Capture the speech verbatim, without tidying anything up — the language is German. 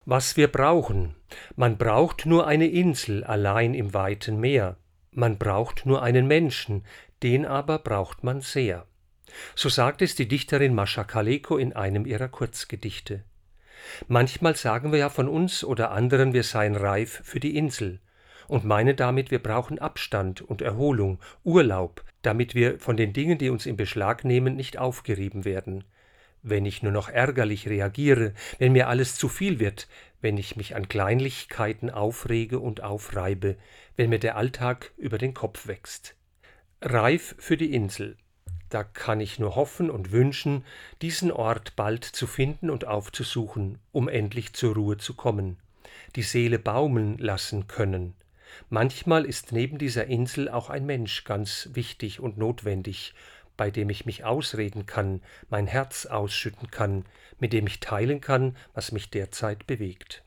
Was wir brauchen. Man braucht nur eine Insel allein im weiten Meer. Man braucht nur einen Menschen, den aber braucht man sehr. So sagt es die Dichterin Mascha Kaleko in einem ihrer Kurzgedichte. Manchmal sagen wir ja von uns oder anderen, wir seien reif für die Insel und meinen damit, wir brauchen Abstand und Erholung, Urlaub, damit wir von den Dingen, die uns in Beschlag nehmen, nicht aufgerieben werden. Wenn ich nur noch ärgerlich reagiere, wenn mir alles zu viel wird, wenn ich mich an Kleinlichkeiten aufrege und aufreibe, wenn mir der Alltag über den Kopf wächst. Reif für die Insel. Da kann ich nur hoffen und wünschen, diesen Ort bald zu finden und aufzusuchen, um endlich zur Ruhe zu kommen, die Seele baumeln lassen können. Manchmal ist neben dieser Insel auch ein Mensch ganz wichtig und notwendig, bei dem ich mich ausreden kann, mein Herz ausschütten kann, mit dem ich teilen kann, was mich derzeit bewegt.